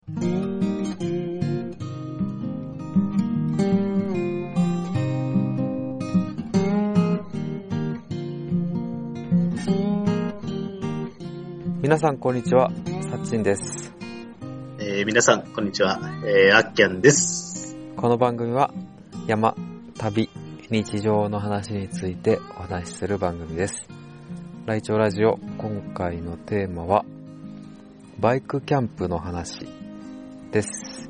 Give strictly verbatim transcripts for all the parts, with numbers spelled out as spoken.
皆さんこんにちは、さっちんです。 えー、皆さんこんにちは、えー、あっきゃんです。 この番組は山、旅、日常の話についてお話しする番組です。ライチョウラジオ、今回のテーマはバイクキャンプの話です。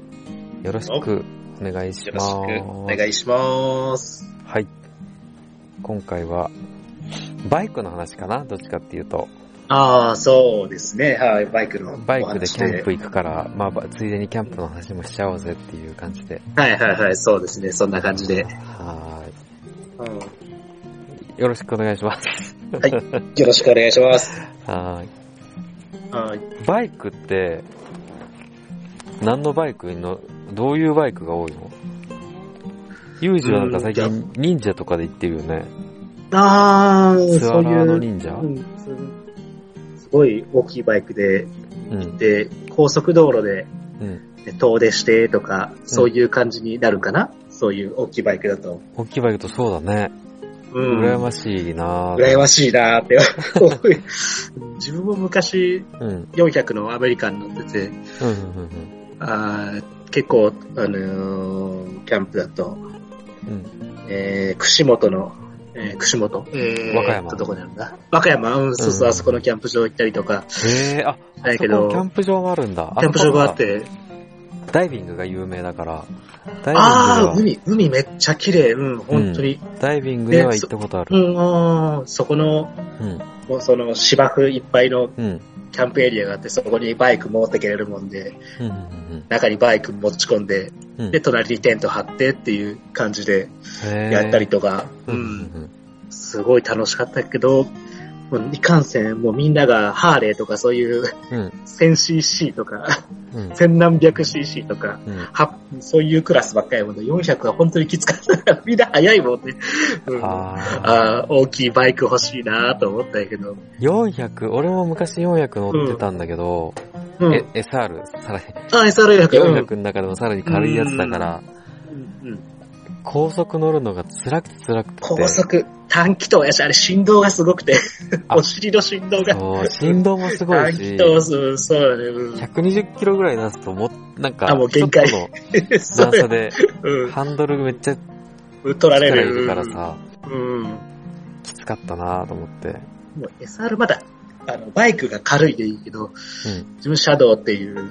よろしくお願いします。 よろしくお願いします。 はい。今回はバイクの話かな、どっちかっていうと。 ああ、そうですね。はい、バイクのお話で。 バイクでキャンプ行くから、まあ、ついでにキャンプの話もしちゃおうぜっていう感じで。 はいはいはい、そうですね。そんな感じで。 はい、 うん。 よろしくお願いします。 はい。よろしくお願いします。 はい。 はい。 バイクって、何のバイクの、どういうバイクが多いの？ユージはなんか最近忍者とかで行ってるよね。 ああ、 ツアラーの忍者？ うん、すごい大きいバイクで、うん、で、高速道路で、うん、遠出してとか、そういう感じになるかな、うん、そういう大きいバイクだと。 大きいバイクとそうだね。うん。羨ましいなぁ。 羨ましいなぁって。自分も昔、うん、よんひゃくのアメリカン乗ってて、うんうんうん、あ結構、あのー、キャンプだと、うんえー、串本の、えー、串本、えー、 和歌山どこにあるんだ和歌山、うん、そうそう、うん、あそこのキャンプ場行ったりとか。 へえー、あ、だけど、キャンプ場もあるんだ。 キャンプ場があって。 ダイビングが有名だから。 ダイビングああ、海、海めっちゃ綺麗。うん、本当に。 うん、ダイビングでは行ったことある。 うん、そこの、うん、もうその芝生いっぱいのキャンプエリアがあって、そこにバイク持ってけれるもんで、うんうんうん、中にバイク持ち込んで、うん、で、隣にテント張ってっていう感じでやったりとか、うんうんうん、すごい楽しかったけど、もういかんせん、もうみんながハーレーとかそういう、うん、せんシーシー とか、うん、千何百 シーシー とか、うん、そういうクラスばっかりもんで、よんひゃくは本当にきつかったから、みんな速いもんね。うん、ああ大きいバイク欲しいなと思ったんやけど。 よんひゃく、俺も昔よんひゃく乗ってたんだけど、うん、え エスアール、さらに。 あ、エスアールよんひゃく。 よんひゃくの中でもさらに軽いやつだから、うんうんうん、高速乗るのが辛くて辛くて。 高速。短気筒やし、あれ振動がすごくて、お尻の振動が。 そう、振動もすごいし。 短気筒、そう、そうだね、うん。 ひゃくにじゅっキロぐらい出すとも、なんか、 あ、もう限界。 ちょっとの段差で、うん、ハンドルめっちゃ、 取られる。 力いるからさ、 うん。 きつかったなぁと思って。 もう エスアール まだ、あの、バイクが軽いでいいけど、うん、自分シャドウっていう、うん、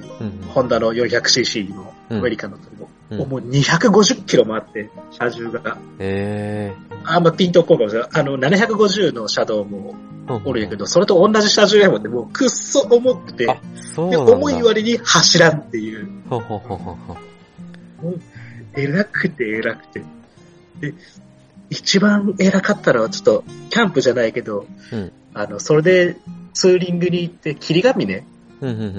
ホンダの よんひゃくシーシー のアメリカの鳥も、うん、もうにひゃくごじゅっキロもあって、車重が。 へー。 あんまピンとこうかもしれない。あの、ななひゃくごじゅうのシャドウもおるんやけど、それと同じ車重やもんで、もうくっそ重くて、 で重い割に走らんっていう。 ほほほほほ。 もう偉くて偉くて。で、一番偉かったのはちょっと、キャンプじゃないけど、うん、あの、それでツーリングに行って、霧ヶ峰、うんうんうんうん、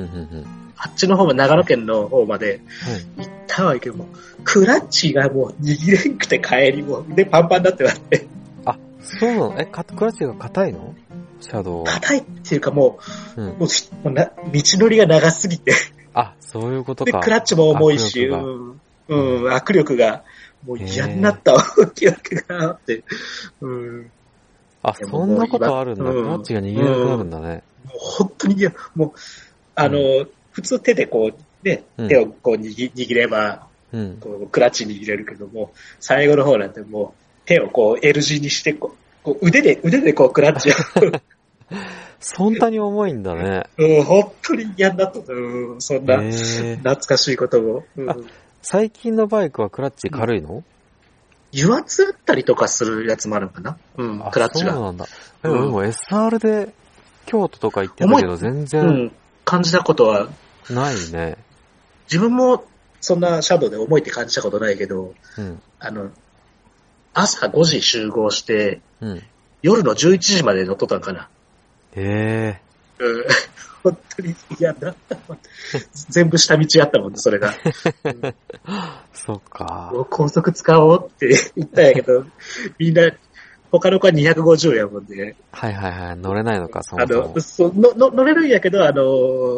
あっちの方も長野県の方まで行ったわけども、クラッチがもう握れんくて帰りも、でパンパンになってなって。 あ、そうなの？え、クラッチが硬いの？シャドウ。 硬いっていうかもう、うん、もうな道のりが長すぎて。 あ、そういうことか。 で、クラッチも重いし、うん、うん、握力がもう嫌になったわけがあって。うん、 あ、そんなことあるんだ。うん、クラッチが握れなくなるんだね。 うん、もう本当に、もう、あの、うん、普通手でこう、ね、手をこう握握れば、うん、こうクラッチ握れるけども、最後の方なんてもう手をこう L 字にしてこう、こう腕で、腕でこうクラッチを。 そんなに重いんだね。 うん、本当に嫌になった。うん、そんな懐かしいことも。うん、 最近のバイクはクラッチ軽いの？うん、 油圧あったりとかするやつもあるのかな？うん、クラッチが。 そうなんだ。でも、うん、でも エスアール で京都とか行ってたけど全然、うん、 感じたことはないね。 自分もそんなシャドウで重いって感じたことないけど、うん、あの、朝ごじ集合して、うん、夜のじゅういちじまで乗っとったんかな。 へぇー。うん、本当に嫌だった。全部下道やったもんね、それが。うん、 そっか。 高速使おうって言ったんやけど、みんな、他の子はにひゃくごじゅうやもんで。 はいはいはい、乗れないのか、そもそも。 あの、そうのの乗れるんやけど、あの、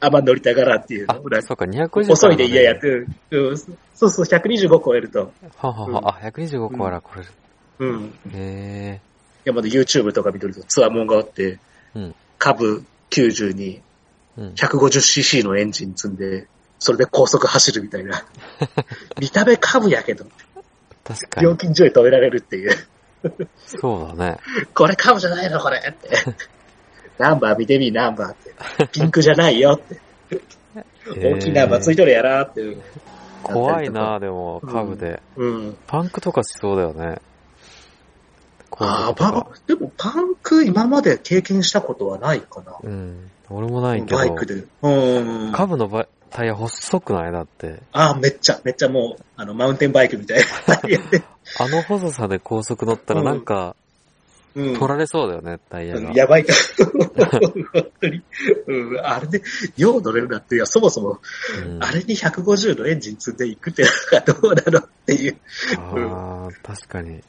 あんま乗りたがらんっていうの。 あ、そうか、にひゃくごじゅう。 遅いで嫌やって、うん。そうそう、ひゃくにじゅうご超えると。 ははは、うん、あ、ひゃくにじゅうご超えらこれる。 うん。 へえ。 いや、まだ YouTube とか見てると、ツアーモンがおって、うん。株きゅうじゅうに、ひゃくごじゅうシーシー のエンジン積んで、それで高速走るみたいな。見た目株やけど。 確かに。 料金所で止められるっていう。 そうだね。 これ株じゃないのこれって。ナンバー見てみ、ナンバーって。ピンクじゃないよって。大きいナンバーついとるやなって。 怖いなでも、株で、うんうん。パンクとかしそうだよね。 ああ、パンク、でもパンク今まで経験したことはないかな。 うん。俺もないけど。 バイクで。うん。 株のバイタイヤ細くないだって。 ああ、めっちゃ、めっちゃもう、あの、マウンテンバイクみたいなタイヤで。 あの細さで高速乗ったらなんか、うん、取られそうだよね、タイヤが。 やばいか。本当に。うん、あれで、よう乗れるなって、いや、そもそも、うん、あれにひゃくごじゅうのエンジン積んでいくってなんかどうなのっていう。 ああ、確かに。うん、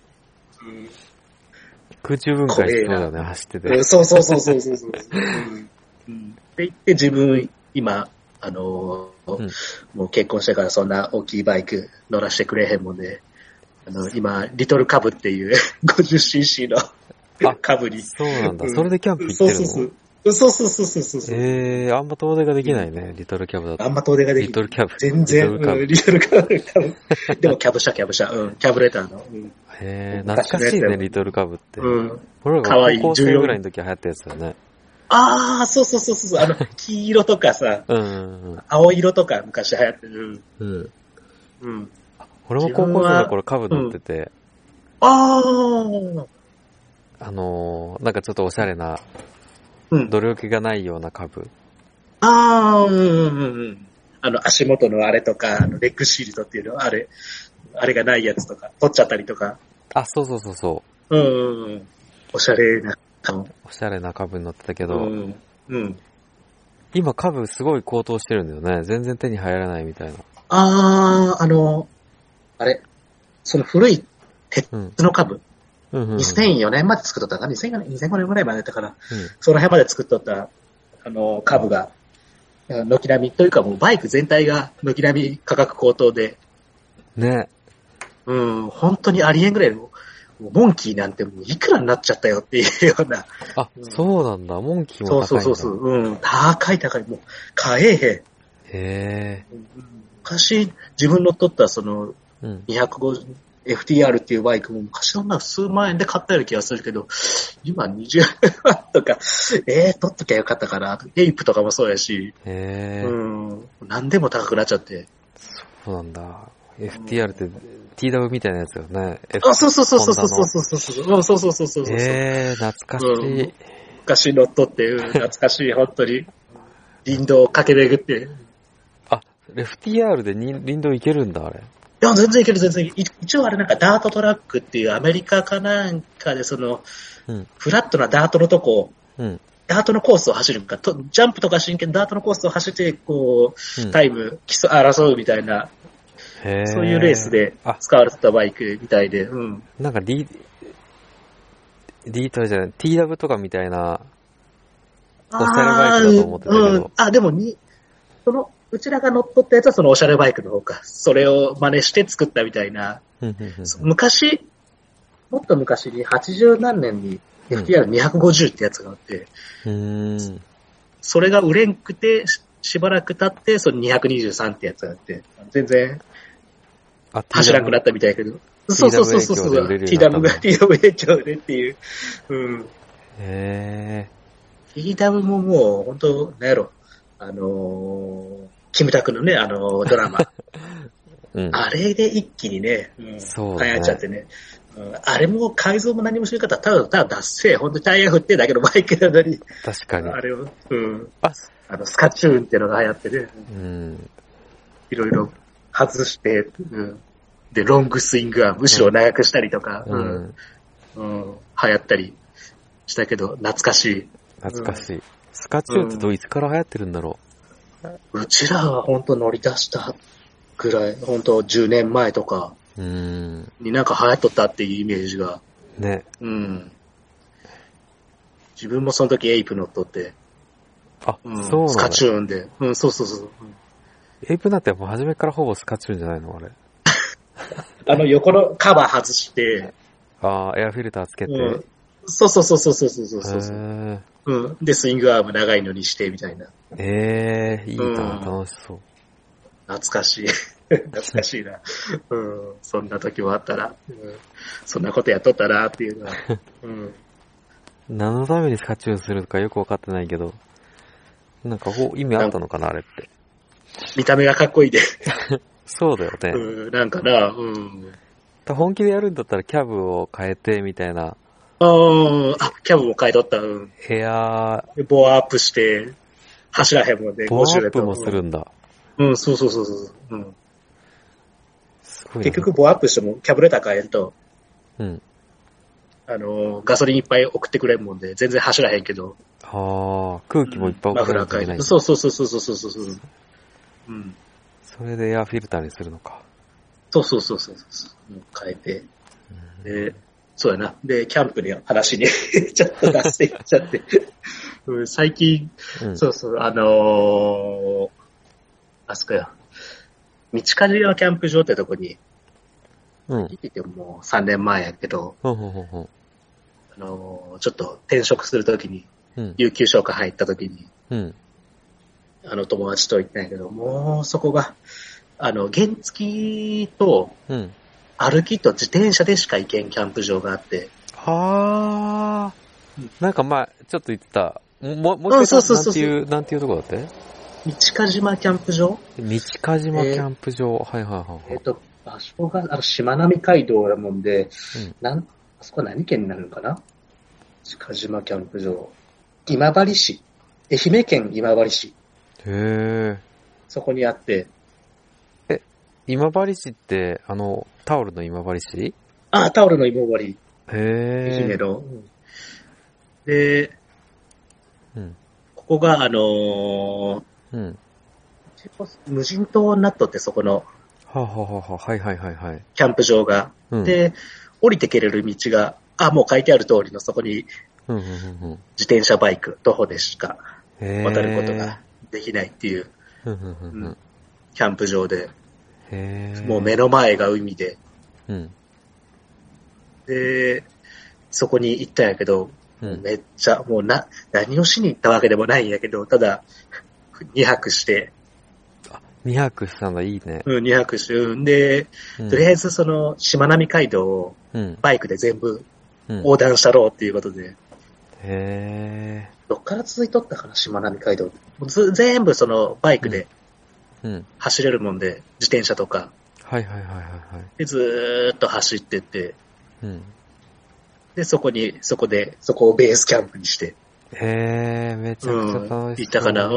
空中分解しそうだよね、走ってて。 うん、そうそうそうそうそうそう、うんうん。って言って自分、今、あのーうん、もう結婚してからそんな大きいバイク乗らしてくれへんもんで、あの、今、リトルカブっていう ごじゅうシーシー のカブに。 そうなんだ。それでキャンプ行ってるの？ そうそうそう。そうそうそうそうそう。 えー、あんま遠出ができないね、うん、リトルキャブだと。 あんま遠出ができない。 リトルキャブ。 全然、リトルカブ。リトルカブ。でもキャブ車、キャブ車。うん、キャブレターの。うん、 へー、懐かしいね、リトルカブって。 うん。 俺らが高校生ぐらいの時流行ったやつだよね。 ああ、そうそうそうそう。あの、黄色とかさ、うんうんうん、青色とか昔流行ってる。うん。 うん。俺も高校生の頃カブ乗ってて。うん、 ああ。あのー、なんかちょっとおしゃれな、うん。努力がないようなカブ。 ああ、うんうんうん。あの、足元のあれとか、あのレッグシールドっていうの、あれ、あれがないやつとか、取っちゃったりとか。 あ、そうそうそうそう。 うんうんうん。おしゃれな。 おしゃれな株に乗ってたけど、 うんうん、 今株すごい高騰してるんだよね。全然手に入らないみたいな。 あー、あの、あれ、その古い鉄の株、うんうんうんうん、にせんよねんまで作っとったかな、にせんよねん、にせんごねんぐらいまでだったから、うん、その辺まで作っとったあの株が、軒並みというかもうバイク全体が軒並み価格高騰で、 ね、 うん、本当にありえんぐらいの。モンキーなんてもういくらになっちゃったよっていうような。 あ、うん、そうなんだ。モンキーも高いんだ。 そうそうそう。うん。高い高い。もう、買えへん。 へー。 昔、自分乗っとったその、にひゃくごじゅう、エフティーアール っていうバイクも昔の数万円で買ったような気がするけど、今にじゅうまんとか、えー、取っときゃよかったかな。エイプとかもそうやし。 へー。 うん。何でも高くなっちゃって。 そうなんだ。エフティーアール って ティーダブリュー みたいなやつよね。 あ、そうそうそうそうそうそうそうそうそうそうそうそうそうそう。 えー、懐かしい。 うん、昔乗っとって、懐かしい、本当に。林道を駆け巡って。 あ、エフティーアール でに林道行けるんだ、あれ。 いや、全然いける、全然いける。一応あれなんかダートトラックっていうアメリカかなんかでその、うん、フラットなダートのとこ、うん、ダートのコースを走るか、とジャンプとか真剣ダートのコースを走って、こう、うん、タイム競争うみたいな、そういうレースで使われてたバイクみたいで、うん。 なんか D、D とじゃない、ティーダブリュー とかみたいな、おしゃれバイクだと思ってたけど。 うん、あ、でもに、その、うちらが乗っ取ったやつはそのおしゃれバイクの方か。それを真似して作ったみたいな。昔、もっと昔にはちじゅうなんねんに エフティーアールにひゃくごじゅう ってやつがあって、うん、それが売れんくて、しばらく経って、そのにひゃくにじゅうさんってやつがあって、全然、走らなくなったみたいだけど。そうそうそうそうそう。ティーダブリュー が ティーダブリュー 影響でっていう。うん。 へー。ティーダブリュー ももう、ほんと、なんやろ。あのー、キムタクのね、あのー、ドラマ。うん、あれで一気にね、うん、そうね、流行っちゃってね。うん、あれも改造も何もしなかったら、ただただ脱線、ほんとタイヤ振ってだけのバイクなのに。 確かに。 あれを、うん。あ, あの、スカチューンっていうのが流行ってね。うん。いろいろ。外して、うん、で、ロングスイングアーム、後ろを長くしたりとか、うんうんうん、流行ったりしたけど、懐かしい。 懐かしい。うん、スカチューってどいつから流行ってるんだろう。うちらは本当乗り出したぐらい、本当じゅうねんまえとかになんか流行っとったっていうイメージが。 ね。 うん。自分もその時エイプ乗っとって。 あ、 うん、 そうなんだ。 スカチューンで。うん、そうそうそう。うん、 エイプナってもう初めからほぼスカチューンじゃないのあれ。 あの横のカバー外して、 ああ、エアフィルターつけて。うん、 そうそうそうそうそうそうそうそう。うん。で、スイングアーム長いのにして、みたいな。 ええー、いいな、うん、楽しそう。 懐かしい。懐かしいな。うん。そんな時もあったら、うん、そんなことやっとったな、っていうのは。うん。 何のためにスカチューンするのかよくわかってないけど、なんか意味あったのかな、あれって。 見た目がかっこいいで。 そうだよね。 うん、なんかな、うん。 本気でやるんだったらキャブを変えて、みたいな。 ああ、キャブも変えとった。うん。 エアー。 ボアアップして、走らへんもんで、 ボアアップもするんだ。 うん、そうそうそうそう。うん。すごい。結局ボアアップしてもキャブレター変えんと、 うん。 あの、ガソリンいっぱい送ってくれんもんで、全然走らへんけど。 はあ、空気もいっぱい送られてない、うん。 そうそうそうそうそうそうそう。うん。 それでエアフィルターにするのか。 そうそうそうそう。変えて。で、そうやな。で、キャンプの話にちょっと出していっちゃって最近、うん、そうそう、あのー、あそこよ。道鍛冶のキャンプ場ってとこに、うん。行ってもうさんねんまえやけど、 ほうほうほう、 あのー、ちょっと転職するときに、うん、有給消化入ったときに、うん、あの友達と行ったんやけど、もうそこが、あの、原付と、うん歩きと自転車でしか行けんキャンプ場があって。 はー。なんかまあ、ちょっと言ってた。も、もう一回、なんていう、なんていうとこだって道鹿島キャンプ場道鹿島キャンプ場。えー、はいはいはい。 えっ、ー、と、場所が、あの、しまなみ海道だもんで、うん、なん、あそこは何県になるのかな鹿島キャンプ場。今治市。愛媛県今治市。 へー。 そこにあって。 え、今治市って、あの、タオルの今治市？ ああ、タオルの今治。 へ愛媛の。うん、で、うん、ここが、あのー、うん、無人島になっとって、そこの。 はあ、はあはあ、はいはいはいはい。 キャンプ場が。うん、で、降りてけれる道が、あ、もう書いてある通りのそこに、うんうんうんうん、自転車バイク、徒歩でしか渡ることができないっていう、うんうんうんうん、キャンプ場で。もう目の前が海で、うん、で、そこに行ったんやけど、うん、めっちゃ、もうな、何をしに行ったわけでもないんやけど、ただ、にはくして。 あ、にはくしたのいいね。 うん、にはくして。で、うん、とりあえずその、しまなみ海道を、バイクで全部、横断したろうっていうことで。うん、 へー。 どっから続いとったかな、しまなみ海道。ず全部その、バイクで、うん、走れるもんで、自転車とか。 はいはいはいはい、はい。 で、ずーっと走ってって、うん、で、そこに、そこで、そこをベースキャンプにして。 へー、めちゃくちゃ楽しそう。うん、 行ったかな、うん。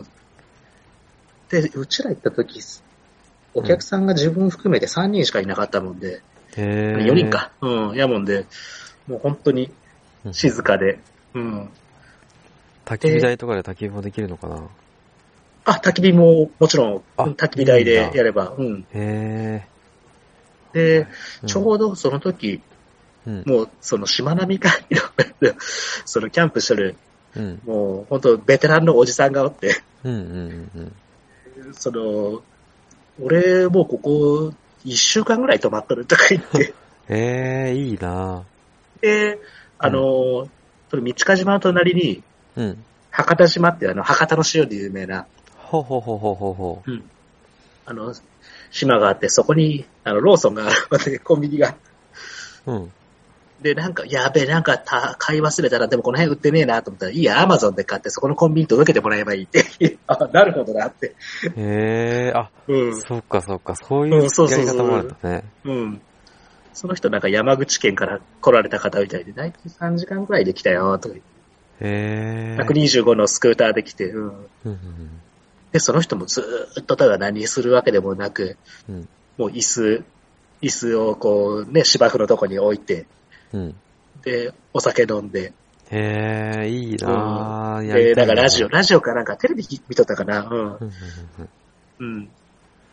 で、うちら行った時、お客さんが自分含めてさんにんしかいなかったもんで、うん、よにんか。うん、やもんで、もう本当に静かで、うん。うん、 焚き火台とかで焚き火もできるのかな？ あ、焚き火ももちろん、焚き火台でやれば。うん。 へー。で、うん、ちょうどその時、うん、もうそのしまなみ海道そのキャンプしてる、うん、もう本当ベテランのおじさんがおって、うんうんうん、その、俺もうここいっしゅうかんぐらい泊まっとるとか言って。 へー、いいなで、あの、うん、その道鹿島の隣に、うん、博多島ってあの、博多の塩で有名な、 ほうほうほうほうほうほう。うん。 あの、島があって、そこに、あの、ローソンがある、コンビニが。うん。で、なんか、やべえ、なんかた、買い忘れたら、でもこの辺売ってねえなと思ったら、いいや、アマゾンで買って、そこのコンビニ届けてもらえばいいって。あ、なるほどなって。 へえ、あ、うん。そっかそっか、そういうやり方もあるんだね。 うん、うん。その人なんか山口県から来られた方みたいで、だいたいさんじかんくらいで来たよ、とか言って。 へえ。 ひゃくにじゅうごのスクーターで来て、うん。うんうんうん、で、その人もずーっとただ何するわけでもなく、うん、もう椅子、椅子をこうね、芝生のとこに置いて、うん、で、お酒飲んで。 へー、いいなぁ、 うん。で、なんかラジオ、ラジオかなんかテレビ見とったかな、うん。うん。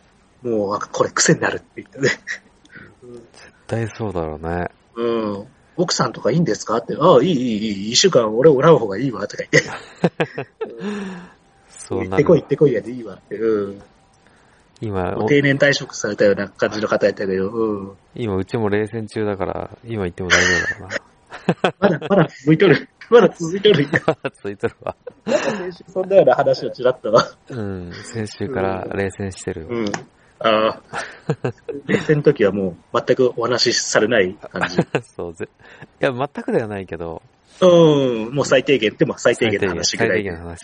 もう、これ癖になるって言ってね。 絶対そうだろうね。 うん。 奥さんとかいいんですかって、ああ、いい、いい、いい、一週間俺おらん方がいいわ、とか言って。そうなる。行ってこい、行ってこいやでいいわって。うん。今、定年退職されたような感じの方やったけど、うん。 今、うちも冷戦中だから、今行っても大丈夫だからな。まだ、まだ続いとる。まだ続いとる。 まだ続いとるわ。 なんか先週そんなような話をちらっと。 うん、先週から冷戦してるよ。 うん。ああ。冷戦の時はもう全くお話しされない感じ。 そうぜ。いや、全くではないけど。 うん、もう最低限でも最低限の話ぐらい。 最低限の話。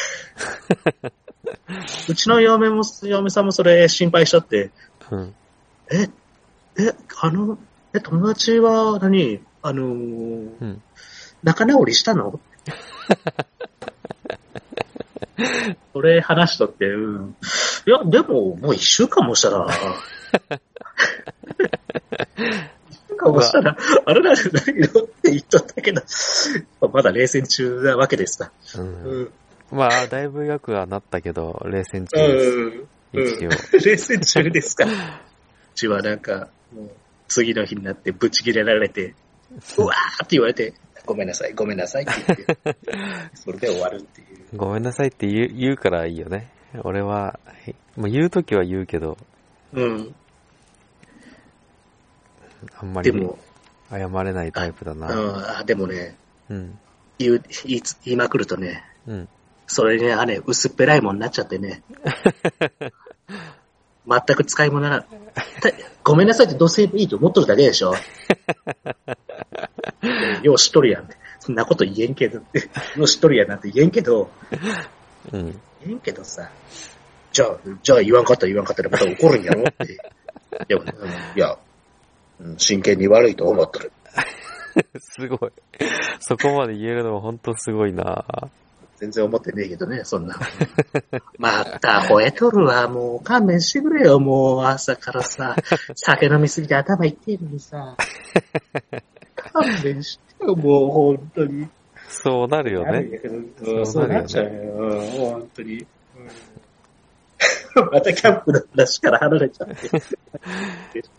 うちの嫁も、嫁さんもそれ心配しちゃって。 うん。 え、え、あの、え、友達は何あのー、 うん、 仲直りしたのそれ話しとって、うん。いや、でも、もう一週間もしたら、一週間もしたら、あれなんじゃないのって言っとったけど、まだ冷戦中なわけでした。 うんうん、まあ、だいぶ良くはなったけど、冷戦中です。うん、一応。 冷戦中ですか。うちはなんか、もう次の日になってブチ切れられて、うわーって言われて、ごめんなさい、ごめんなさいって言って、それで終わるっていう。 ごめんなさいって言う、言うからいいよね。俺は、もう言うときは言うけど。 うん。 あんまり謝れないタイプだな。 うん、あ、でもね、 うん、 言う、言い、言いまくるとね、 うん、 それね、あれ、薄っぺらいもんになっちゃってね。全く使い物にならない。ごめんなさいってどうせいいと思っとるだけでしょ。よう知っとるやんって。そんなこと言えんけどって。よう知っとるやんなんて言えんけど。 うん。 言えんけどさ。じゃあ、じゃあ言わんかったら言わんかったらまた怒るんやろって。でも、ね、いや、真剣に悪いと思っとる。 すごい。そこまで言えるのは本当すごいな。 全然思ってねえけどね、そんな。また吠えとるわ、もう勘弁してくれよ、もう朝からさ、酒飲みすぎて頭いっているのにさ。勘弁してよ、もう本当に。 そうなるよね。 そうなっちゃうよ、うん、本当に。うん、またキャンプの話から離れちゃって。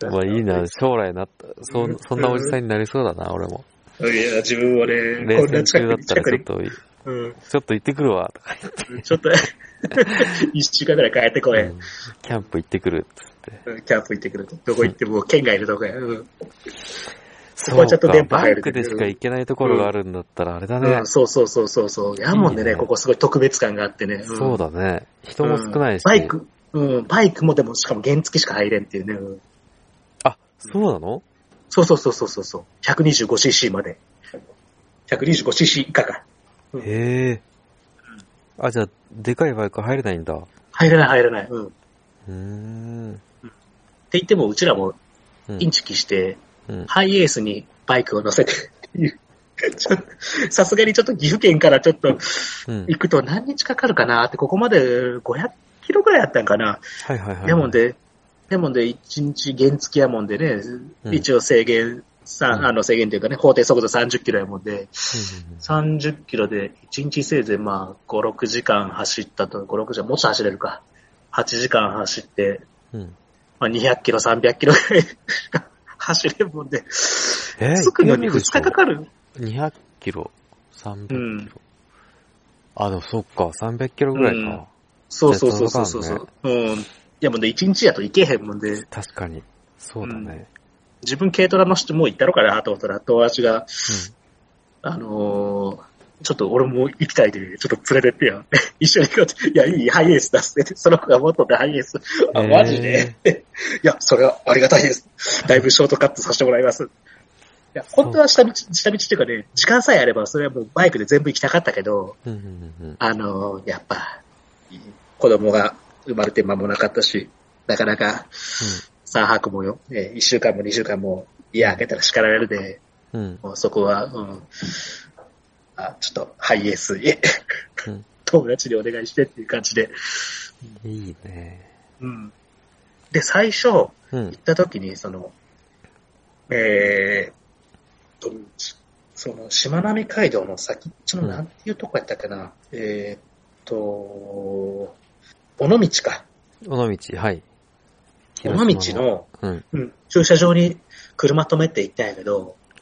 まあいいな、将来なった、そ、そんなおじさんになりそうだな、俺も。 いや、自分はね、 冷戦中だったらちょっと、うん、ちょっと行ってくるわ、とか言って。 ちょっと、一週間くらい帰ってこい、うん。 キャンプ行ってくる、つって、 うん。キャンプ行ってくる。どこ行っても、県外のとこや。うん。 そこはちょっと電波入る。バイクでしか行けないところがあるんだったらあれだね。 うん、そうそうそうそうそう。やもんでね、いいね、ここすごい特別感があってね。うん、 そうだね。人も少ないし、 うん。バイク、うん、バイクもでもしかも原付しか入れんっていうね。うん、 あ、そうなの？ そうそうそうそうそう。ひゃくにじゅうごシーシー まで。ひゃくにじゅうごシーシー 以下か。 うん、へえ。あ、じゃあ、でかいバイク入れないんだ。 入れない入れない。うん。 うーん。 って言っても、うちらも、インチキして、うん、ハイエースにバイクを乗せてっていう。さすがにちょっと岐阜県からちょっと行くと何日かかるかなって、ここまでごひゃくキロぐらいあったんかな。 はいはいはい、はい。 でもんで、でもんでいちにち原付やもんでね、うん、一応制限、さ、うん、あの制限というかね、法定速度さんじゅっキロやもんで、うんうんうん、さんじゅっキロでいちにちせいぜいまあご、ろくじかん走ったと、ご、ろくじかん、もっと走れるか。はちじかん走って、うん、まあにひゃくキロ、さんびゃくキロぐらい走れるもんで、 えー、 着くのにふつかかかる。 にひゃくキロ、さんびゃくキロ。うん、あ、でもそっか、さんびゃくキロぐらいか。うん、 そうそうそうそうそう、ね。うん。いやもんで、いちにちやと行けへんもんで。 確かに。そうだね。うん、 自分軽トラの人もう行ったろかなと思ったら、友達が、うん、あのー、ちょっと俺も行きたいで、ちょっと連れてってよ。一緒に行こうって。いや、いい、ハイエース出すって。その子が持っとってハイエース。あ、マジで、えー、いや、それはありがたいです。だいぶショートカットさせてもらいます。いや、本当は下道、下道っていうかね、時間さえあれば、それはもうバイクで全部行きたかったけど、 うんうんうん、 あのー、やっぱ、子供が生まれて間もなかったし、なかなか、さんぱくもよ、ね、いっしゅうかんもにしゅうかんも家開けたら叱られるで、うん、もうそこは、うん、あ、ちょっとハイエースへ、うん、友達にお願いしてっていう感じで。 いいね。 うん。で、最初、行った時に、その、うん、えーと、その、しまなみ海道の先っちのなんていうとこやったかな、うん、えーと、尾道か。 尾道、はい。 尾道の、うんうん、駐車場に車止めて行ったんやけど、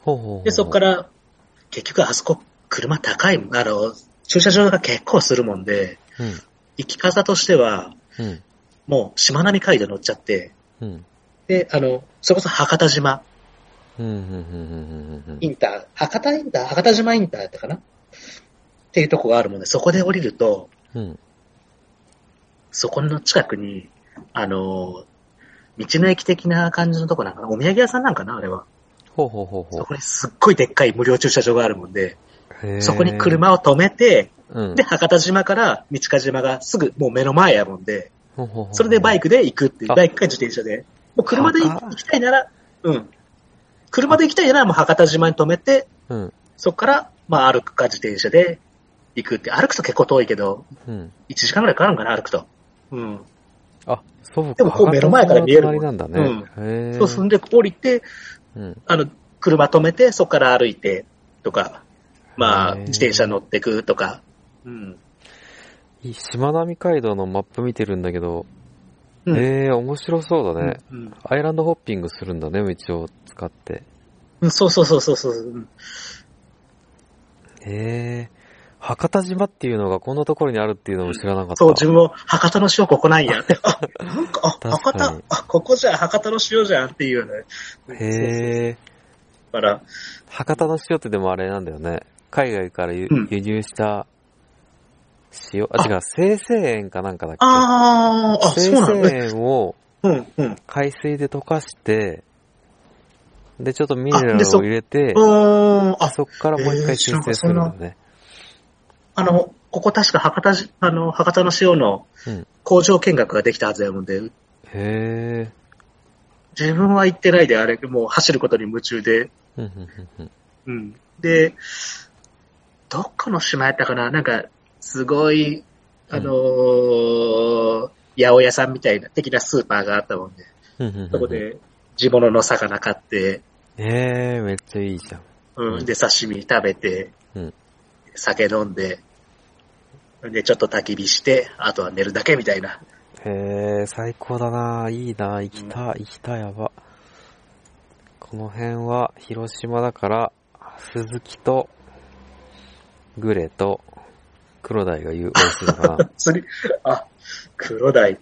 ほうほうほう。 で、そこから、結局あそこ、車高い、あの、駐車場が結構するもんで、うん、行き方としては、うん、もう、しまなみ海道乗っちゃって、うん、で、あの、それこそ博多島、インター、博多インター、博多島インターやったかなっていうとこがあるもんで、そこで降りると、うん、そこの近くに、あの、道の駅的な感じのとこなんかな、お土産屋さんなんかな、あれは。 ほうほうほうほう。 そこにすっごいでっかい無料駐車場があるもんで、そこに車を止めて、うん、で、博多島から三塚島がすぐもう目の前やもんで、ほうほうほうほう、それでバイクで行くっていう、バイクか自転車で。もう車で行きたいなら、うん。車で行きたいならもう博多島に止めて、うん、そこから、まあ歩くか自転車で行くって、歩くと結構遠いけど、うん、いちじかんくらいかかるんかな、歩くと。うん。 あ、そうか。 でもこう目の前から見えるもん。 なんだね。 うん。そうすんで降りて、うん、あの、車止めて、そこから歩いて、とか、まあ、自転車乗ってくとか、うん。 しまなみ海道のマップ見てるんだけど、うん、ええー、面白そうだね、うんうん。アイランドホッピングするんだね、道を使って。 うん、そうそうそうそうそう。 ええー、博多島っていうのがこんなところにあるっていうのも知らなかった。 そう、自分も博多の塩ここなんやって。あ、なんか、あ、博多、あ、ここじゃ博多の塩じゃんっていうね。 へえ。 だから、 博多の塩ってでもあれなんだよね。海外から輸,、うん、輸入した塩、あ、違う、生成塩かなんかだっけ。 ああ、 生成塩を海水で溶かして、で、ちょっとミネラルを入れて、 あそこからもう一回生成するんだよね。 あの、ここ確か博多、あの、博多の塩の工場見学ができたはずやもんで。うん、 へー。 自分は行ってないで、あれ、もう走ることに夢中で。うん。で、どっかの島やったかな、なんか、すごい、あのー、うん、八百屋さんみたいな、的なスーパーがあったもんで。そこで、地物の魚買って。 えー、めっちゃいいじゃん。 うん。で、刺身食べて、うん、酒飲んで、で、ちょっと焚き火して、あとは寝るだけみたいな。 へー、最高だな、いいな、行きた、うん、行きた、やば。この辺は広島だから、鈴木とグレと黒鯛が言う美味しいのかな。 釣り、あ、黒鯛。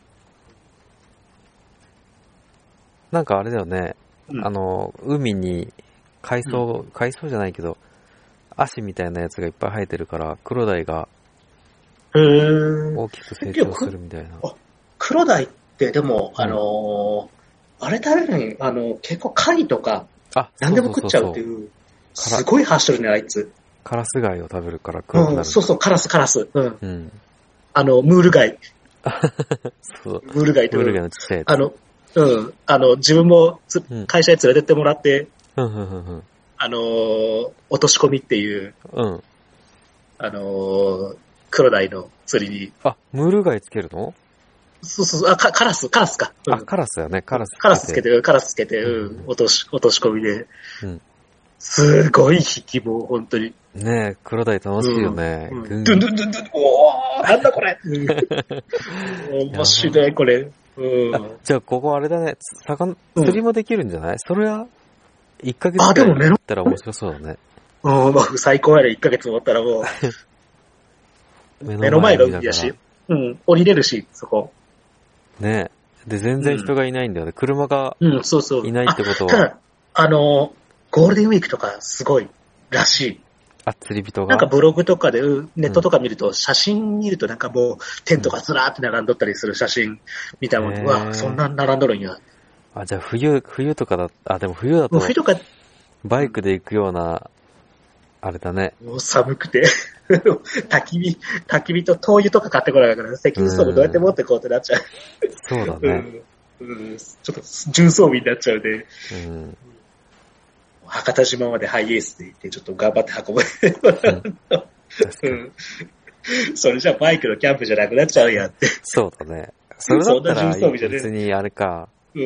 なんかあれだよね、うん、あの、海に海藻、うん、海藻じゃないけど、足みたいなやつがいっぱい生えてるから、黒鯛が大きく成長するみたいな。 黒鯛ってでも、うん、あのー、あれ食べるに、あの、結構貝とか、何でも食っちゃうっていう、すごい発してるね、あいつ。 カラス貝を食べるから黒くなる、 うん。そうそう、カラス、カラス。うん。うん、あの、ムール貝。 そう。 ムール貝と。 ムール貝のちっちゃいやつ。 あの、うん。あの、自分もつ、うん、会社に連れてってもらって、 うんうんうんうん、 あのー、落とし込みっていう、 うん、 あのー、黒鯛の釣りに。 あ、ムール貝つけるの？ そうそう、あ、カラス、カラスか。 うん、あ、カラスだね、カラス。 カラスつけて、カラスつけて、うん、落とし、落とし込みで。うん。すごい引きも、本当に。 ねえ、黒鯛楽しいよね。 うん。ドゥンドゥンドゥンドゥン、おー、なんだこれ。面白い、これ。うん。 じゃあ、ここあれだね、魚、釣りもできるんじゃない？うん、それは、いっかげつくらいやったら面白そうだね。 うん、まあ、最高やで、いっかげつ終わったらもう。目の前が海やし。うん、降りれるし、そこ。 ねえ。で、全然人がいないんだよね。うん、車がいないってことは。 ただ、あの、ゴールデンウィークとかすごいらしい。 あ、釣り人がなんかブログとかで、ネットとか見ると、うん、写真見るとなんかもう、テントがずらーって並んどったりする写真見たもんで、うわ、そんな並んどるんや。 あ、じゃあ冬、冬とかだ、あ、でも冬だと、 冬とか、 バイクで行くような、あれだね。 もう寒くて、焚き火、焚き火と灯油とか買ってこないから、石油ストーブどうやって持ってこうってなっちゃう。 そうだね、 うんうん。ちょっと重装備になっちゃうで、うん、博多島までハイエースで行って、ちょっと頑張って運ぶ。うん、それじゃバイクのキャンプじゃなくなっちゃうやって。 そうだね。それだったら別にあれか。 うん。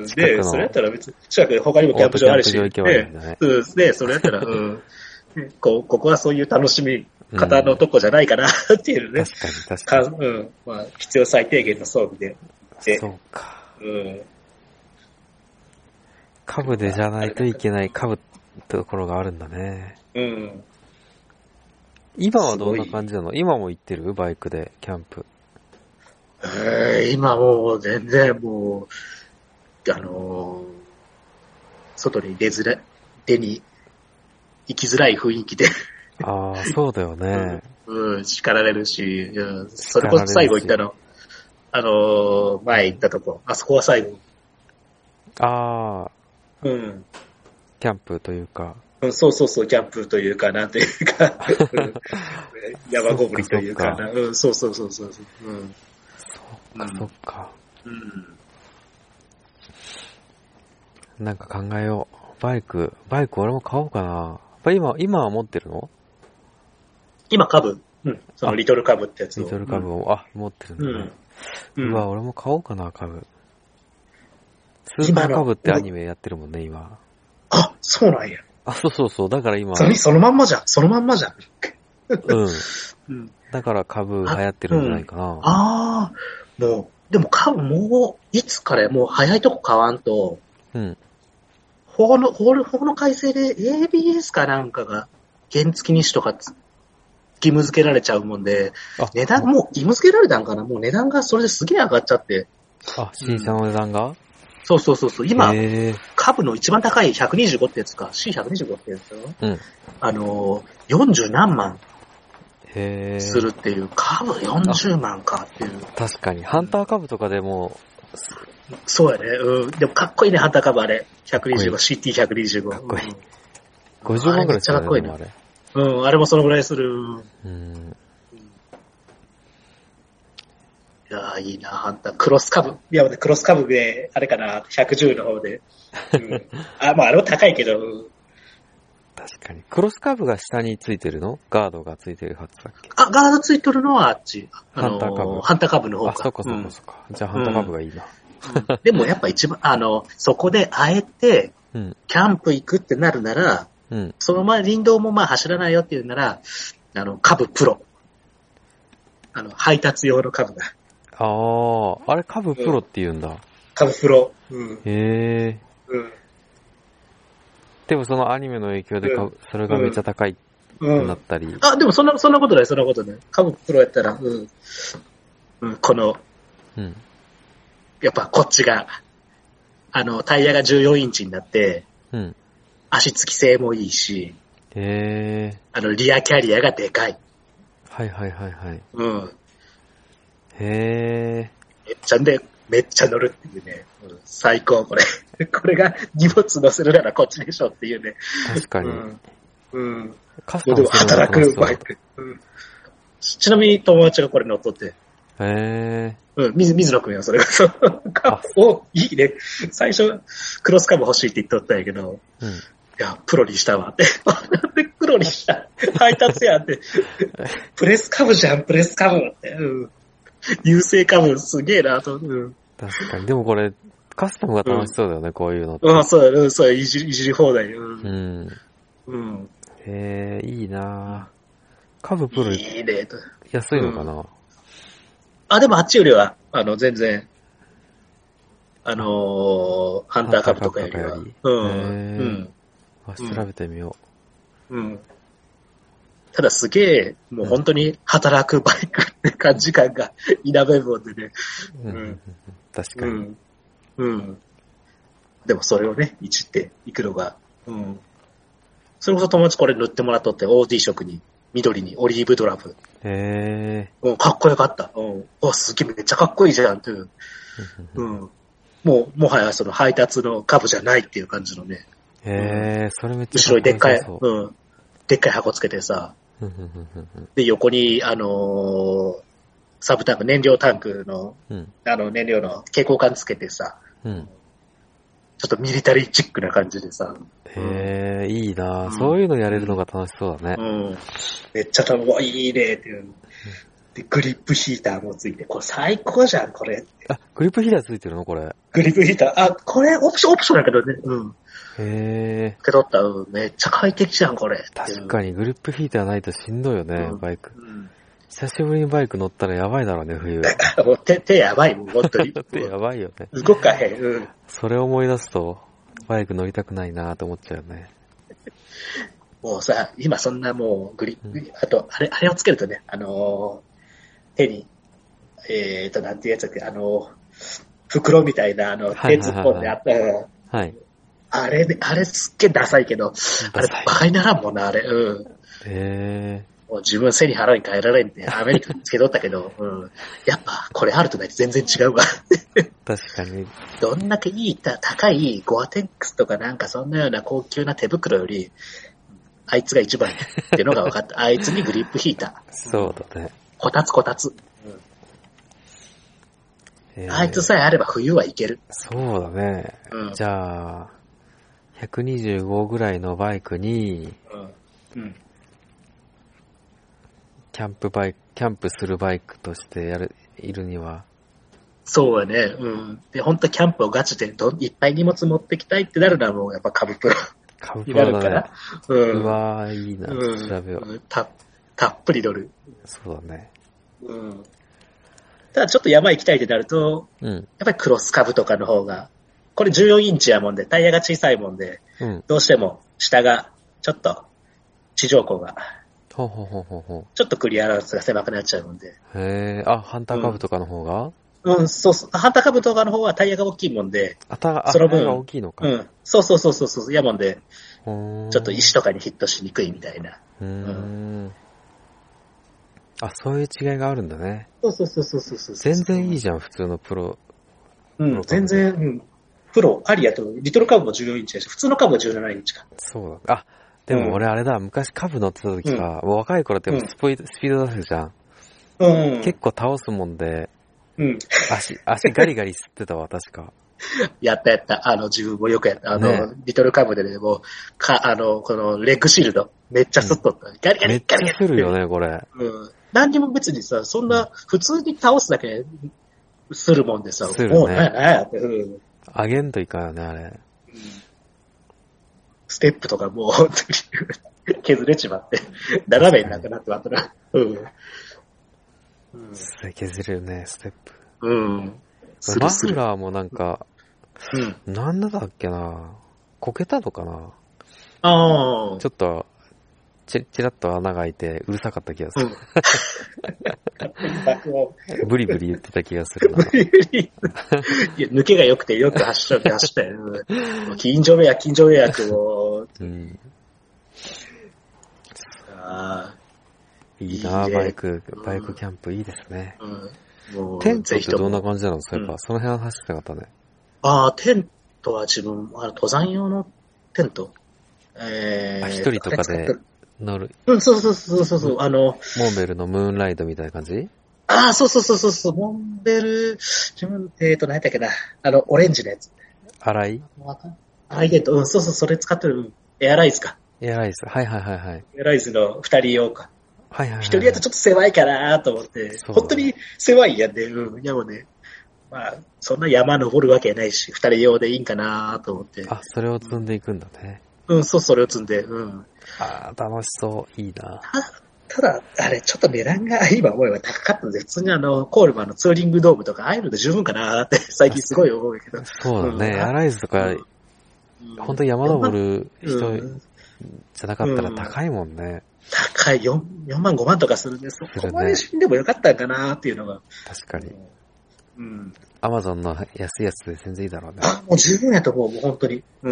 で、それやったら別に、近くで他にもキャンプ場あるし。 キャンプ場行けばいいんだね。 うん。で、それやったら、うん。こここはそういう楽しみ方のとこじゃないかなっていうね。 確かに確かに。 かうん。まあ、必要最低限の装備で。でそうか。 うん。 カブでじゃないといけない。カブ、 ところがあるんだね。 うん。 今はどんな感じなの？今も行ってる？バイクで、キャンプ。 えー、今もう全然もう、あのー、外に出づらい、出に行きづらい雰囲気で。 ああ、そうだよね。 うん、叱られるし、うん、それこそ最後行ったの、あのー、前行ったとこ、あそこは最後。 ああ。 うん。 キャンプというか。 うん、そうそうそう、キャンプというか、なんていうか、山ごもりというかな。うん、そうそうそうそう。うん。 そっか、そっか。 うん。 なんか考えよう。バイク、バイク俺も買おうかな。今、今は持ってるの？ 今株、うん、そのリトル株ってやつを。 リトル株を、うん、あ、持ってるんだね。うん。うわ、俺も買おうかな、株。スーパー株ってアニメやってるもんね、今。 あ、そうなんや。 あ、そうそうそう、だから今。 それ、そのまんまじゃん、そのまんまじゃん。 うん。うん。だから株流行ってるんじゃないかな。あ、 うん、あー、もう、でも株もう、いつからもう早いとこ買わんと、 うん。 法の、法の、法の改正で エービーエス かなんかが原付にしとか義務付けられちゃうもんで、値段もう義務付けられたんかな、もう値段がそれですげえ上がっちゃって。 あ、新車の値段が、うん、 そうそうそうそう。今、株の一番高いひゃくにじゅうごってやつか、シーひゃくにじゅうご ってやつよ。 うん。 あの、よんじゅう何万へするっていう、株よんじゅうまんかっていう。 確かに、ハンター株とかでも、 そうやね。うん。でもかっこいいね、ハンター株あれ。ひゃくにじゅうご、シーティーひゃくにじゅうご。 かっこいい。ごじゅうまんぐらいするね、 かっこいいね。あれ。うん、あれもそのぐらいする。 うん。 いやー、いいな、ハンター。クロス株。いや、クロス株で、あれかな、ひゃくじゅうの方で。うん、あ、まあ、あれも高いけど。 確かに。クロス株が下についてるの？ガードがついてるはずだっけ？ あ、ガードついてるのはあっち。 あのー、ハンター株。 ハンター株の方か。 あ、そっかそっかそっか。うん、じゃあハンター株がいいな。 うん、でもやっぱ一番、あの、そこであえて、キャンプ行くってなるなら、うん、その前林道もまあ走らないよっていうなら、あの、株プロ。あの、配達用の株が。 ああ、あれ株プロって言うんだ。うん、 株プロ。うん、 へえ。うん。でもそのアニメの影響で、うん、それがめっちゃ高いくなったり。 うんうん、あ、でもそんな、そんなことない、そんなことない。株プロやったら、うん。うん、この、うん。やっぱこっちが、あの、タイヤがじゅうよんインチになって、うん。足つき性もいいし、 へー。 あの、リアキャリアがでかい。 はいはいはいはい。 うん。 へー。 めっちゃで、めっちゃ乗るっていうね。うん、最高、これ。これが荷物乗せるならこっちでしょっていうね。 確かに。うん。 うん、カスタムするの働くバイク。うん。ちなみに友達がこれ乗っとって。 へー。 うん、水、水野くんや、それが。カブ、お、いいね。最初、クロスカブ欲しいって言っとったんやけど、うん、いや、プロにしたわって。なんでプロにした配達やって。プレスカブじゃん、プレスカブって。うん。優勢カブすげえなと。うん。 確かに。でもこれ、カスタムが楽しそうだよね、うん、こういうのって。 うん、そうだ、うん、そう、いじり、いじり放題。うん。うん。うん、 へえ、いいなぁ。カブプロ、 いいねと。 安いのかな、うん、 あ、でもあっちよりは、あの、全然、あのー、ハンターカブとかよりは。うん。うん。 あ、調べてみよう。うん。ただすげえ、もう本当に働くバイクって感じ感が否めんもんでね。 うん。うん、確かに、うん。 うん。でもそれをね、いじっていくのが、うん。それこそ友達これ塗ってもらっとって、オーディー 色に。緑にオリーブドラム。 へー。うん、かっこよかった。うん。わ、すげえ、めっちゃかっこいいじゃんっていう。うん。もう、もはやその配達の株じゃないっていう感じのね。 へー、うん、それめっちゃ後ろにでっかい、うん。でっかい箱つけてさ。で、横に、あのー、サブタンク、燃料タンクの、うん、あの、燃料の蛍光管つけてさ。うん。ちょっとミリタリーチックな感じでさ。 へー、いいなぁ、うん。そういうのやれるのが楽しそうだね。 うん。めっちゃ楽しい、いいねっていう。で、グリップヒーターもついて、これ最高じゃん、これ。 あ、グリップヒーターついてるのこれ。 グリップヒーター。あ、これオプション、オプションだけどね。うん。 へー。 受け取った、うん。めっちゃ快適じゃん、これ。 確かに、グリップヒーターないとしんどいよね、うん、バイク。うん久しぶりにバイク乗ったらやばいだろうね、冬。 もう手、手やばいもん、本当に。 手やばいよね。 動かへん。うん。 それを思い出すと、バイク乗りたくないなと思っちゃうよね。 もうさ、今そんなもうグリ、うん、あと、あれ、あれをつけるとね、あのー、手に、えーと、なんていうやつだっけ、あのー、袋みたいな、あの、手突っ込んであった、はい。あれで、あれすっげえダサいけど、あれバカにならんもんな、あれ。うん。 へー。 もう自分背に腹に変えられんってアメリカにつけとったけど、うん。やっぱこれあるとないと全然違うわ。 確かに。 どんだけいい、高いゴアテックスとかなんかそんなような高級な手袋より、あいつが一番っていうのが分かった。あいつにグリップ引いた。 そうだね。 こたつこたつ。うん、あいつさえあれば冬はいける。 そうだね。うん、じゃあ、ひゃくにじゅうごぐらいのバイクに、うんうん、キャンプバイク、キャンプするバイクとしてやる、いるには。 そうやね。うん。で、ほんとキャンプをガチでどいっぱい荷物持ってきたいってなるのはもうやっぱカブプロ。 カブプロだね。 うん。 うわー、いいな。うん、調べよう。 た、たっぷり乗る。 そうだね。 うん。ただちょっと山行きたいってなると、うん、やっぱりクロスカブとかの方が、これじゅうよんインチやもんで、タイヤが小さいもんで、うん、どうしても下がちょっと地上高が、 ほうほうほうほうほう、 ちょっとクリアランスが狭くなっちゃうもんで。 へー、あ、ハンターカブとかの方が、 うん、うん、そうそう。ハンターカブとかの方はタイヤが大きいもんで、 あた、あ、その分、タイヤが大きいのか。 うん。そうそうそうそうそう、やもんで、ちょっと石とかにヒットしにくいみたいな。 うーん。うんあ、そういう違いがあるんだね。 そうそうそうそうそうそう。 全然いいじゃん、普通のプロ。 うん、全然、うん。プロ、ありやと、リトルカブもじゅうよんインチだし、普通のカブはじゅうななインチか。 そうだ。あ、でも俺あれだ、うん、昔カブ乗ってた時さ、うん、もう若い頃ってスピード、うん、スピード出すじゃん。うん。結構倒すもんで、うん。足、足ガリガリ吸ってたわ、確か。 やったやった。あの、自分もよくやった。あの、ね、リトルカブでね、もう、か、あの、このレッグシールド、めっちゃ吸っとった。うん、ガリガリガリガリ。 めっちゃ吸るよね、これ。 うん。何にも別にさ、そんな、普通に倒すだけするもんでさ、 するね。もう、 なやなやって。うん。 あげんといかんよね、あれ。うん、 ステップとかもう、本当に削れちまって、斜めになくなってまったな。うん。 うん、削れるね、ステップ。 うん。 マフラーもなんか、うん、なんだっけな、こけたのかな。 ああ。 ちょっと、ち、ちらっと穴が開いて、うるさかった気がする。うん、ブリブリ言ってた気がするな。ブリブリ。 いや、抜けが良くてよく走った走ったよ。近所迷惑、近所迷惑を。うん。ああ。 いいな、いいね、バイク、バイクキャンプいいですね。うん。もうテントってどんな感じなの？そういえば、うん、その辺は走ってなかったね。 ああ、テントは自分、あの登山用のテント。えー、 あ、一人とかで乗る。 うん、そうそうそうそうそう、あの、モンベルのムーンライトみたいな感じ？ ああ、そうそうそうそう、モンベル、自分、えーと、何やったっけな、あの、オレンジのやつ。 荒い？ 荒いテント、うん、そうそう、それ使ってる、エアライズか。 エアライズ、はいはいはいはい。 エアライズの二人用か。 はいはいはい。 一人やとちょっと狭いかなと思って、本当に狭いやんで、うん、いやもうね、まあ、そんな山登るわけないし、二人用でいいんかなと思って。 あ、それを積んでいくんだね。 うん、そう、それを積んで、うん。 ああ、楽しそう、いいな。 ただ、あれ、ちょっと値段が今思えば高かったんで、普通にあの、コールマンのツーリングドームとか、ああいうので十分かなって、最近すごい思うけど。 そうだね、エアライズとか、うん、本当に山登る人じゃなかったら高いもんね。うんうん、 高い、よん、よんまんごまんとかするんで、そこまで死んでもよかったんかなっていうのが。 確かに。 うん。 アマゾンの安いやつで全然いいだろうね。 あ、もう十分やと思う、もう本当に。うん。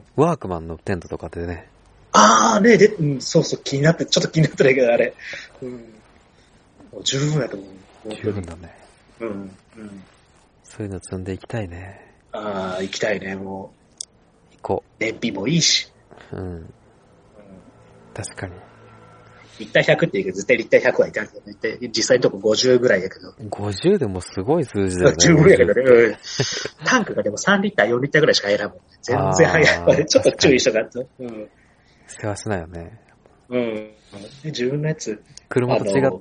ワークマンのテントとかでね。 ああ、ねで、うん、そうそう、気になって、ちょっと気になってないけど、あれ。うん。もう十分やと思う。 十分だね。 うん。うん。 そういうの積んでいきたいね。 ああ、行きたいね、もう。行こう。燃費もいいし。 うん。うん、確かに。 リッターひゃくって言うけど、絶対リッターひゃくはいかんけどね。実際のとこごじゅうぐらいやけど。 ごじゅうでもすごい数字だよね。 十分やけどね。うん。タンクがでもさんリッター、よんリッターぐらいしか入らんもん。全然早い。ちょっと注意しとかんと。うん。 世話しないよね。 うん。で、自分のやつ。 車と違って、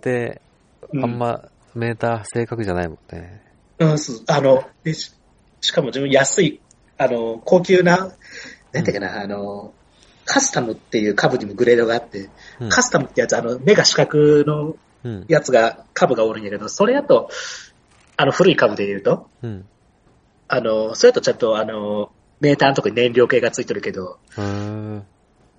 あ, あんまメーター正確じゃないもんね。 うん、そう。あの、でし、しかも自分安い、あの、高級な、なんていうかな、うん、あの、カスタムっていう株にもグレードがあって、うん、カスタムってやつ、あの、目が四角のやつが、株がおるんやけど、それやと、あの、古い株で言うと、うん、あの、それやとちゃんと、あの、メーターのとこに燃料計がついてるけど、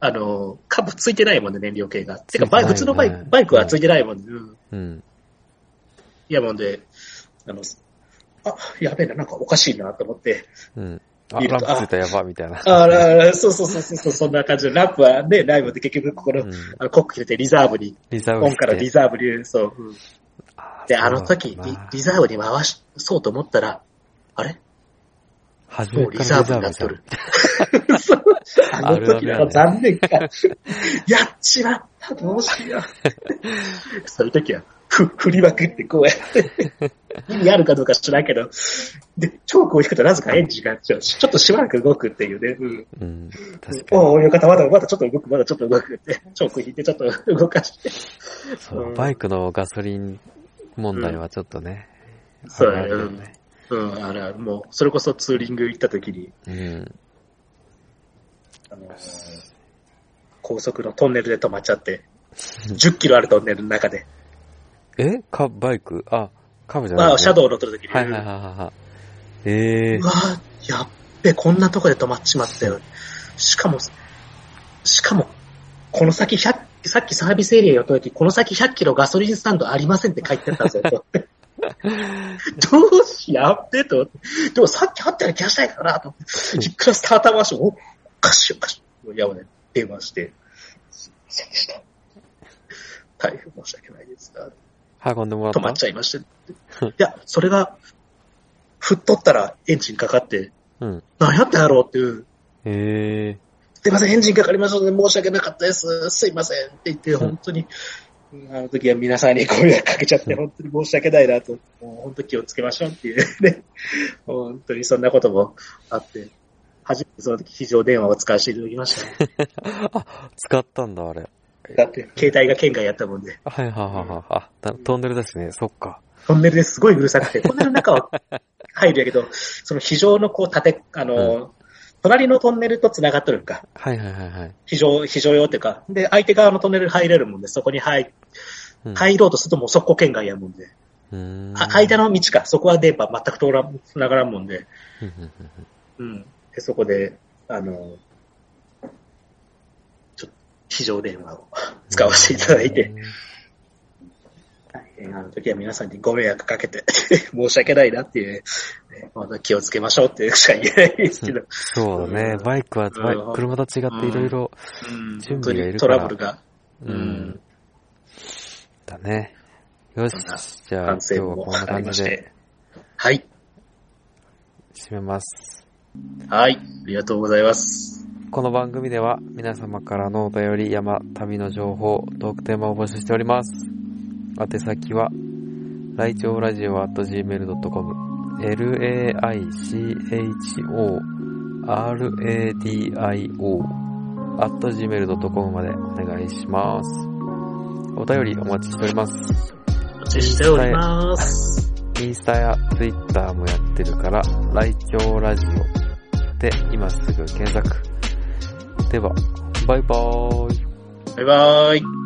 あの、株ついてないもんね、燃料系が。てか、バイク、普通のバイク、バイクはついてないもんね。うん。うん。いやもんで、あの、あ、やべえな、なんかおかしいなと思って。 うん。あ、ランプついたやば、みたいな。 ああ、そうそうそうそう、そんな感じで。ランプはね、ライブで結局ここの、うん、あのコック入れてリザーブに、 リザーブオンからリザーブに、そう。うん、で、あの時リ、リザーブに回しそうと思ったら、あれ初めからリザーブになっとる。 そう。あの時の残念か。やっちまった、どうしよう。そういう時は、ふ、振りまくってこうやって。意味あるかどうか知らんけど。で、チョークを引くとなぜかエンジンがちょっとしばらく動くっていうね。うん。うん、確かに。おお、よかった、まだまだちょっと動く、まだちょっと動くって。チョーク引いてちょっと動かして。 そう、うん、バイクのガソリン問題はちょっとね。 うん、そうだよね。うん、あれ、もう、それこそツーリング行った時に。うん。あのー、高速のトンネルで止まっちゃって、じゅっキロあるトンネルの中で。 えか、バイクあ、カブじゃない、ね、 あ、シャドウ乗ってる時に。 はいはいはいはい。えー。 うわぁ、やっべ、こんなとこで止まっちまったよ。しかも、しかも、この先ひゃく、さっきサービスエリア寄った時、この先ひゃっキロガソリンスタンドありませんって書いてあったんですよ。どうしやっべと。でもさっきあったら気がしたいからなと思って。いくらスターター回しても、おかしいおかしい。いやもうね、電話して、すいませんでした。大変申し訳ないですが。 運んでもらった？ 止まっちゃいました。いや、それが、振っとったらエンジンかかって、うん、何やったやろうっていう。 へー。 すいません、エンジンかかりましたので申し訳なかったです。すいませんって言って、本当に、うん、あの時は皆さんに声をかけちゃって、本当に申し訳ないなと、もう本当気をつけましょうっていうね。本当にそんなこともあって、初めてその時非常電話を使わせていただきましたね。 あ、使ったんだ、あれ。 だって、携帯が県外やったもんで。 はいはいはいはい。あ、トンネルですね、そっか。 トンネルですごいうるさくて、トンネルの中は入るやけど、その非常のこう縦、あの、うん、隣のトンネルと繋がっとるんか。 はいはいはいはい。 非常、非常用っていうか、で、相手側のトンネル入れるもんで、そこに入、うん、入ろうとするともう速攻圏外やもんで。うーん、間の道か、そこは電波全く通らん、繋がらんもんで。うん。で、そこで、あの、ちょっと、非常電話を使わせていただいて、あの時は皆さんにご迷惑かけて申し訳ないなっていう、ね、まだ気をつけましょうってしか言えないですけど。 そうだね。バイクは、うん、車と違っていろいろ準備がいるから。 トラブルが。 うん。うん、だね。よし。じゃあ今日はこんな感じで。 はい。 締めます。 はい。ありがとうございます。 この番組では皆様からのお便り、山、旅の情報、トークテーマを募集しております。宛先は、ライチョウラジオ アットジーメールドットコム、エルエーアイシーエイチオーアールエーディーアイオー アットジーメールドットコムまでお願いします。お便りお待ちしております。 お待ちしております。 インスタやツイッターもやってるから、ライチョウラジオで今すぐ検索。では、バイバーイ。 バイバーイ。